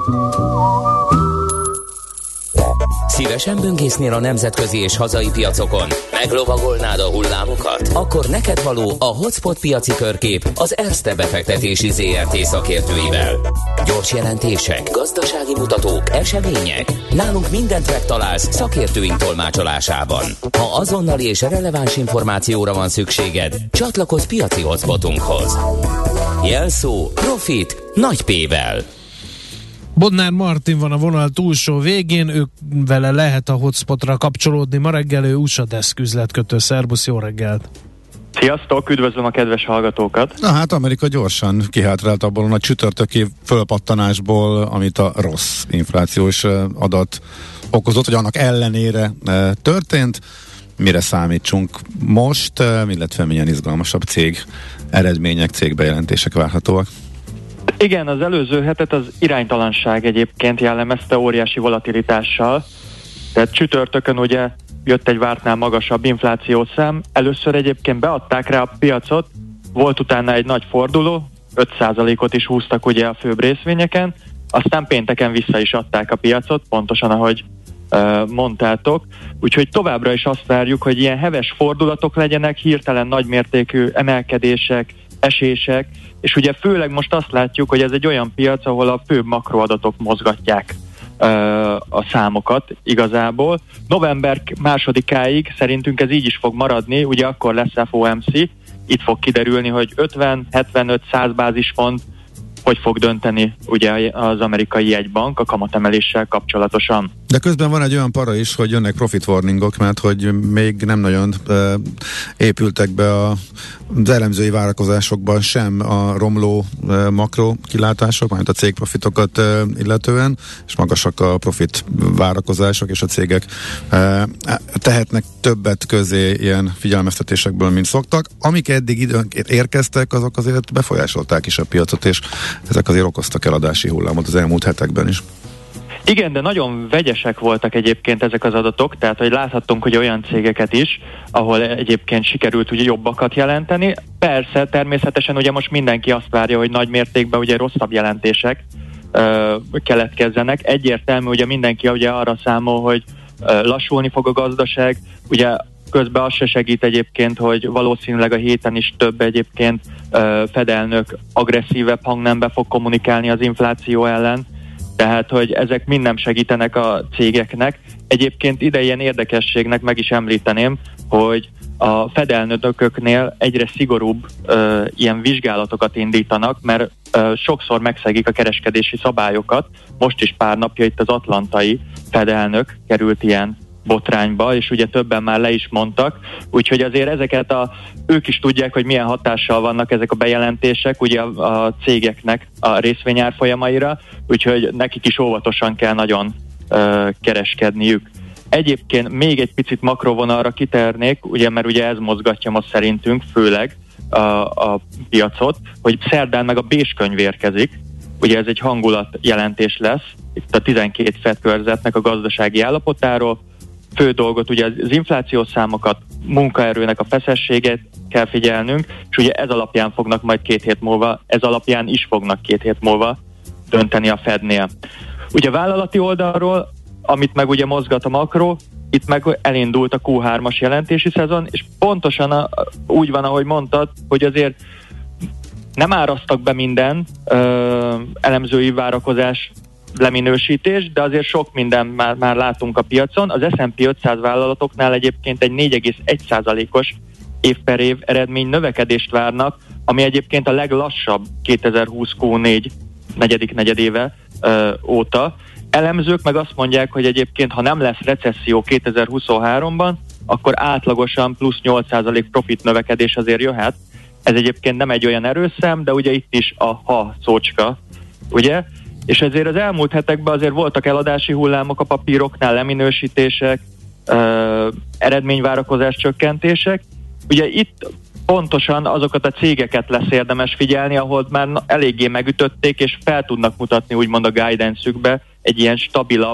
Szívesen böngésznél a nemzetközi és hazai piacokon? Meglovagolnád a hullámokat? Akkor neked való a Hotspot piaci körkép az Erste befektetési zé er té szakértőivel. Gyors jelentések, gazdasági mutatók, események. Nálunk mindent megtalálsz szakértőink tolmácsolásában. Ha azonnali és releváns információra van szükséged, csatlakozz piaci hotspotunkhoz. Jelszó Profit nagy P-vel. Bodnár Martin van a vonal túlsó végén, ők vele lehet a hotspotra kapcsolódni. Ma reggel ő u es á Desk üzletkötő. Szerbusz, jó reggelt! Sziasztok, üdvözlöm a kedves hallgatókat! Na hát Amerika gyorsan kihátrált abból a nagy csütörtöki fölpattanásból, amit a rossz inflációs adat okozott, hogy annak ellenére történt. Mire számítsunk most, illetve milyen izgalmasabb cég eredmények, cégbejelentések várhatóak? Igen, az előző hetet az iránytalanság egyébként jellemezte óriási volatilitással. Tehát csütörtökön ugye jött egy vártnál magasabb inflációszám. Először egyébként beadták rá a piacot, volt utána egy nagy forduló, öt százalékot is húztak ugye a főbb részvényeken, aztán pénteken vissza is adták a piacot, pontosan ahogy uh, mondtátok. Úgyhogy továbbra is azt várjuk, hogy ilyen heves fordulatok legyenek, hirtelen nagymértékű emelkedések, esések, és ugye főleg most azt látjuk, hogy ez egy olyan piac, ahol a főbb makroadatok mozgatják ö, a számokat igazából. November másodikáig szerintünk ez így is fog maradni, ugye akkor lesz ef o em cé, itt fog kiderülni, hogy ötven, hetvenöt, száz bázispont hogy fog dönteni ugye az amerikai jegybank a kamatemeléssel kapcsolatosan. De közben van egy olyan para is, hogy jönnek profit warningok, mert hogy még nem nagyon e, épültek be a, az elemzői várakozásokban sem a romló e, makro kilátások, majd a cégprofitokat e, illetően, és magasak a profit várakozások, és a cégek e, tehetnek többet közé ilyen figyelmeztetésekből, mint szoktak. Amik eddig időnként érkeztek, azok azért befolyásolták is a piacot, és ezek azért okoztak eladási hullámot az elmúlt hetekben is. Igen, de nagyon vegyesek voltak egyébként ezek az adatok, tehát hogy láthattunk hogy olyan cégeket is, ahol egyébként sikerült ugye jobbakat jelenteni. Persze, természetesen ugye most mindenki azt várja, hogy nagy mértékben ugye rosszabb jelentések ö, keletkezzenek. Egyértelmű, ugye mindenki ugye arra számol, hogy ö, lassulni fog a gazdaság, ugye közben az se segít egyébként, hogy valószínűleg a héten is több egyébként uh, Fed elnök agresszívebb hangnembe fog kommunikálni az infláció ellen, tehát hogy ezek mind nem segítenek a cégeknek. Egyébként ide ilyen érdekességnek meg is említeném, hogy a Fed elnököknél egyre szigorúbb uh, ilyen vizsgálatokat indítanak, mert uh, sokszor megszegik a kereskedési szabályokat. Most is pár napja itt az atlantai Fed elnök került ilyen botrányba, és ugye többen már le is mondtak, úgyhogy azért ezeket a, ők is tudják, hogy milyen hatással vannak ezek a bejelentések ugye a, a cégeknek a részvényárfolyamaira, úgyhogy nekik is óvatosan kell nagyon uh, kereskedniük. Egyébként még egy picit makrovonalra kitérnék, ugye, mert ugye ez mozgatja most szerintünk főleg a, a piacot, hogy szerdán meg a Bés könyv érkezik, ugye ez egy hangulatjelentés lesz, itt a tizenkét Fed körzetnek a gazdasági állapotáról. Fő dolgot, ugye az inflációs számokat, munkaerőnek a feszességet kell figyelnünk, és ugye ez alapján fognak majd két hét múlva, ez alapján is fognak két hét múlva dönteni a Fednél. Ugye a vállalati oldalról, amit meg ugye mozgat a makro, itt meg elindult a kú hármas jelentési szezon, és pontosan a, úgy van, ahogy mondtad, hogy azért nem árasztak be minden ö, elemzői várakozás leminősítés, de azért sok minden már, már látunk a piacon. Az es and pé ötszáz vállalatoknál egyébként egy négy egész egy százalékos év per év eredmény növekedést várnak, ami egyébként a leglassabb kétezer-húsz kú négy negyedik negyedéve ö, óta. Elemzők meg azt mondják, hogy egyébként ha nem lesz recesszió kétezer-huszonháromban, akkor átlagosan plusz nyolc százalék profit növekedés azért jöhet. Ez egyébként nem egy olyan erős szám, de ugye itt is a ha szócska, ugye? És ezért az elmúlt hetekben azért voltak eladási hullámok a papíroknál, leminősítések, ö, eredményvárakozás csökkentések. Ugye itt pontosan azokat a cégeket lesz érdemes figyelni, ahol már eléggé megütötték, és fel tudnak mutatni úgymond a guidance-ükbe egy ilyen stabilabb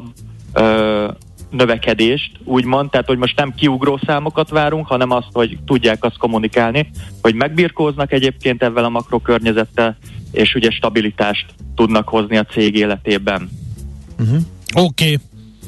ö, növekedést, úgymond, tehát hogy most nem kiugró számokat várunk, hanem azt, hogy tudják azt kommunikálni, hogy megbirkóznak egyébként ezzel a makrokörnyezettel, és ugye stabilitást tudnak hozni a cég életében. Uh-huh. Oké. Okay.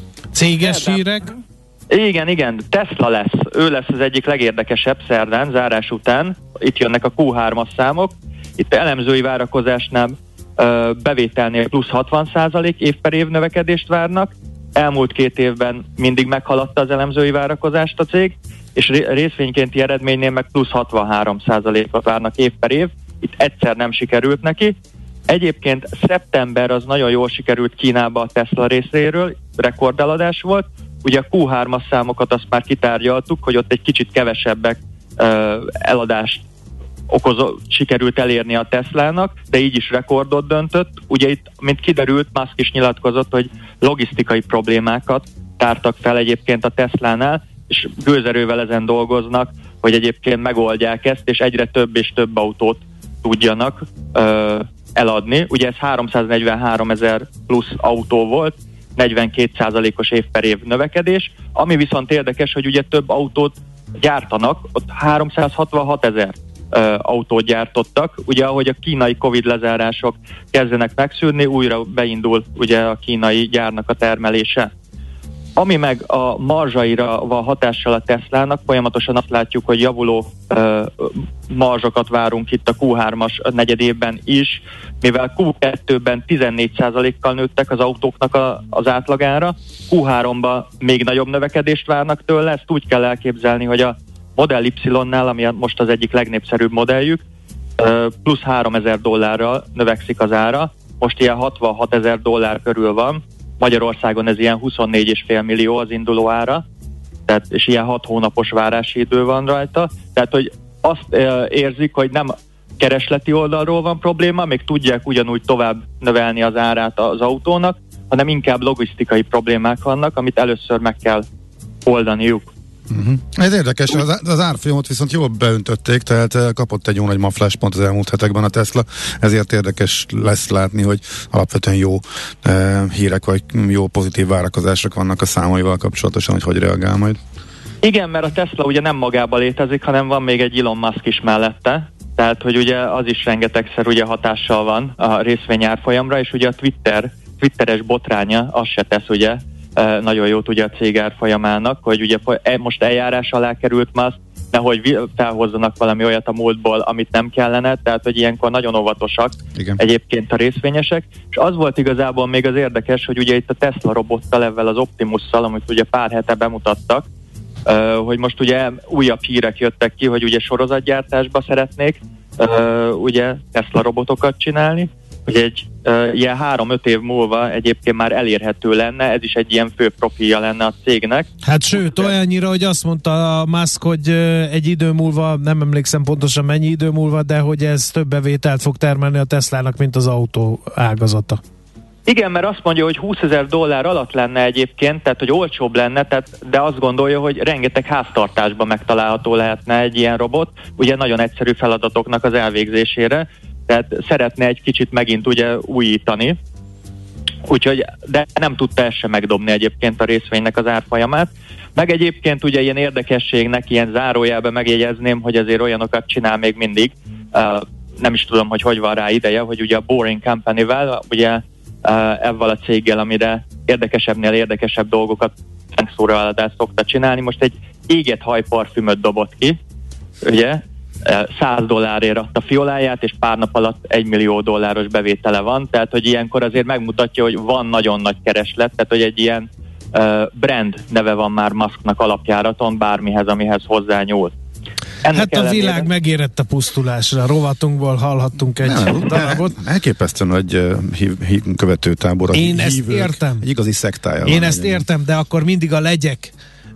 Céges hírek? Igen, igen. Tesla lesz. Ő lesz az egyik legérdekesebb szerdán, zárás után. Itt jönnek a kú hármas számok. Itt elemzői várakozásnál ö, bevételnél plusz hatvan százalék év per év növekedést várnak. Elmúlt két évben mindig meghaladta az elemzői várakozást a cég, és részvénykénti eredménynél meg plusz hatvanhárom százalékot várnak év per év. Itt egyszer nem sikerült neki. Egyébként szeptember az nagyon jól sikerült Kínába a Tesla részéről, rekordeladás volt. Ugye a kú hármas számokat azt már kitárgyaltuk, hogy ott egy kicsit kevesebbek uh, eladást okozó, sikerült elérni a Teslának, de így is rekordot döntött. Ugye itt, mint kiderült, Musk is nyilatkozott, hogy logisztikai problémákat tártak fel egyébként a Teslánál, és gőzerővel ezen dolgoznak, hogy egyébként megoldják ezt, és egyre több és több autót tudjanak uh, eladni. Ugye ez háromszáznegyvenhárom ezer plusz autó volt, negyvenkét százalékos év per év növekedés, ami viszont érdekes, hogy ugye több autót gyártanak, ott háromszázhatvanhat ezer uh, autót gyártottak, ugye ahogy a kínai Covid lezárások kezdenek megszűnni, újra beindul ugye a kínai gyárnak a termelése. Ami meg a marzsaira van hatással a Teslának, folyamatosan azt látjuk, hogy javuló uh, marzsokat várunk itt a kú hármas negyedévben is, mivel kú kettőben tizennégy százalékkal nőttek az autóknak a, az átlagára, kú háromban még nagyobb növekedést várnak tőle, ezt úgy kell elképzelni, hogy a Model Y-nál, ami most az egyik legnépszerűbb modelljük, uh, plusz háromezer dollárral növekszik az ára, most ilyen hatvanhat ezer dollár körül van, Magyarországon ez ilyen huszonnégy egész öt millió az induló ára, tehát, és ilyen hat hónapos várási idő van rajta, tehát hogy azt e, érzik, hogy nem keresleti oldalról van probléma, még tudják ugyanúgy tovább növelni az árát az autónak, hanem inkább logisztikai problémák vannak, amit először meg kell oldaniuk. Uh-huh. Ez érdekes, az, az árfolyamot viszont jól beöntötték, tehát kapott egy jó nagy ma flashpont az elmúlt hetekben a Tesla, ezért érdekes lesz látni, hogy alapvetően jó eh, hírek, vagy jó pozitív várakozások vannak a számaival kapcsolatosan, hogy hogy reagál majd. Igen, mert a Tesla ugye nem magában létezik, hanem van még egy Elon Musk is mellette, tehát hogy ugye az is rengetegszer ugye hatással van a részvény árfolyamra, és ugye a Twitter, Twitteres botránya az se tesz ugye nagyon jót ugye a cég árfolyamának, hogy ugye most eljárás alá került Musk, nehogy felhozzanak valami olyat a múltból, amit nem kellene, tehát hogy ilyenkor nagyon óvatosak. Igen. Egyébként a részvényesek, és az volt igazából még az érdekes, hogy ugye itt a Tesla robottal, ezzel az Optimusszal, amit ugye pár hete bemutattak, hogy most ugye újabb hírek jöttek ki, hogy ugye sorozatgyártásba szeretnék ugye Tesla robotokat csinálni, hogy egy uh, ilyen három-öt év múlva egyébként már elérhető lenne, ez is egy ilyen fő profilja lenne a cégnek. Hát sőt, olyannyira, hogy azt mondta a Musk, hogy uh, egy idő múlva, nem emlékszem pontosan mennyi idő múlva, de hogy ez több bevételt fog termelni a Teslának, mint az autó ágazata. Igen, mert azt mondja, hogy húszezer dollár alatt lenne egyébként, tehát hogy olcsóbb lenne, tehát, de azt gondolja, hogy rengeteg háztartásban megtalálható lehetne egy ilyen robot, ugye nagyon egyszerű feladatoknak az elvégzésére, tehát szeretne egy kicsit megint ugye újítani, úgyhogy, de nem tudta ezt sem megdobni egyébként a részvénynek az árfolyamát. Meg egyébként ugye ilyen érdekességnek, ilyen zárójelben megjegyezném, hogy azért olyanokat csinál még mindig, uh, nem is tudom, hogy hogy van rá ideje, hogy ugye a Boring Company-vel, ugye uh, ezzel a céggel, amire érdekesebbnél érdekesebb dolgokat szóraaladást szokta csinálni, most egy égett hajparfümöt dobott ki, ugye, száz dollárért adta fioláját, és pár nap alatt egy millió dolláros bevétele van, tehát hogy ilyenkor azért megmutatja, hogy van nagyon nagy kereslet, tehát hogy egy ilyen uh, brand neve van már Musknak alapjáraton, bármihez, amihez hozzányúl. Ennek hát a ellenére... világ megérett a pusztulásra, rovatunkból hallhattunk egy nem, darabot. Elképesztő nagy uh, hív, hív, követőtábor. Én hívők, ezt értem. Egy igazi szektája. Én ezt értem, de akkor mindig a legyek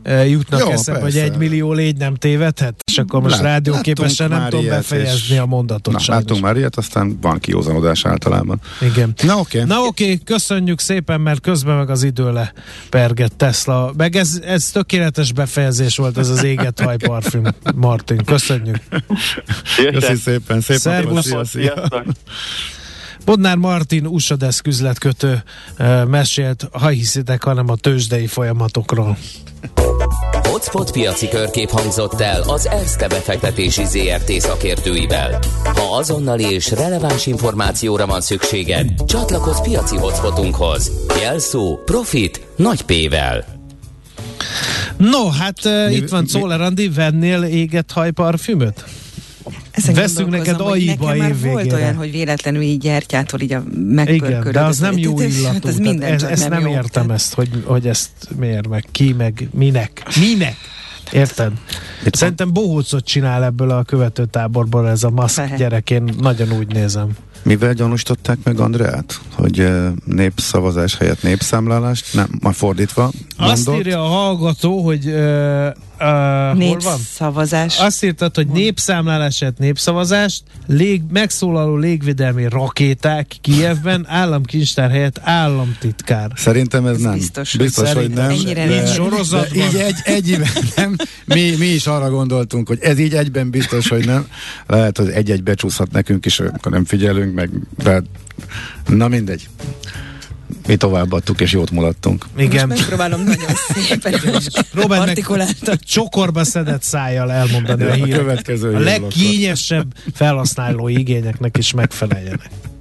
e, jutnak Jó, eszembe, persze. hogy egy millió légy nem tévedhet, és akkor most Lát, rádióképesen nem tudom ilyet, befejezni és... a mondatot. Na, sajnos. láttunk már ilyet, aztán van kiózanodás általában. Igen. Na oké. Okay. Na oké, okay, köszönjük szépen, mert közben meg az idő lepergett Tesla. Meg ez, ez tökéletes befejezés volt, ez az éget haj parfüm, Martin. Köszönjük. Köszi szépen. Szép Szervusz. napot. Szia, szia. Bodnár Martin, u es á Desk üzletkötő uh, mesélt, ha hiszitek, hanem a tőzsdei folyamatokról. Hotspot piaci körkép hangzott el az Erste befektetési zé er té szakértőivel. Ha azonnali és releváns információra van szükséged, csatlakozz piaci hotspotunkhoz. Jelszó Profit nagy P-vel. No, hát uh, mi, itt van Czoller Andi, vennél éget haj parfümöt? Ezen Veszünk neked aiba évvégére. Volt olyan, hogy véletlenül így gyertyától így a megpörkölődött. Igen, de az nem jó illatú. Ez minden ez, ezt nem, nem értem tehát... ezt, hogy, hogy ezt miért, meg ki, meg minek. Minek? Érted? Itt Szerintem bohócot csinál ebből a követőtáborból ez a maszk gyerek, én nagyon úgy nézem. Mivel gyanúsították meg Andreát? Hogy népszavazás helyett népszámlálást? Nem, már fordítva mondott. Azt írja a hallgató, hogy uh, uh, népszavazás. Azt írtad, hogy népszámlálás helyett népszavazást, lég, megszólaló légvédelmi rakéták Kijevben, államkincstár helyett államtitkár. Szerintem ez, ez nem. Biztos, biztos hogy, hogy nem. Ennyire de, így sorozatban. De így egy, egyben nem. Mi, mi is arra gondoltunk, hogy ez így egyben biztos, hogy nem. Lehet, hogy egy-egy becsúszhat nekünk is, akkor nem figyelünk meg, de na mindegy. Mi továbbadtuk és jót mulattunk. Igen. Most megpróbálom nagyon szépen artikuláltan. Csokorba szedett szájjal elmondani a hírek. A következő a legkényesebb felhasználói igényeknek is megfeleljenek.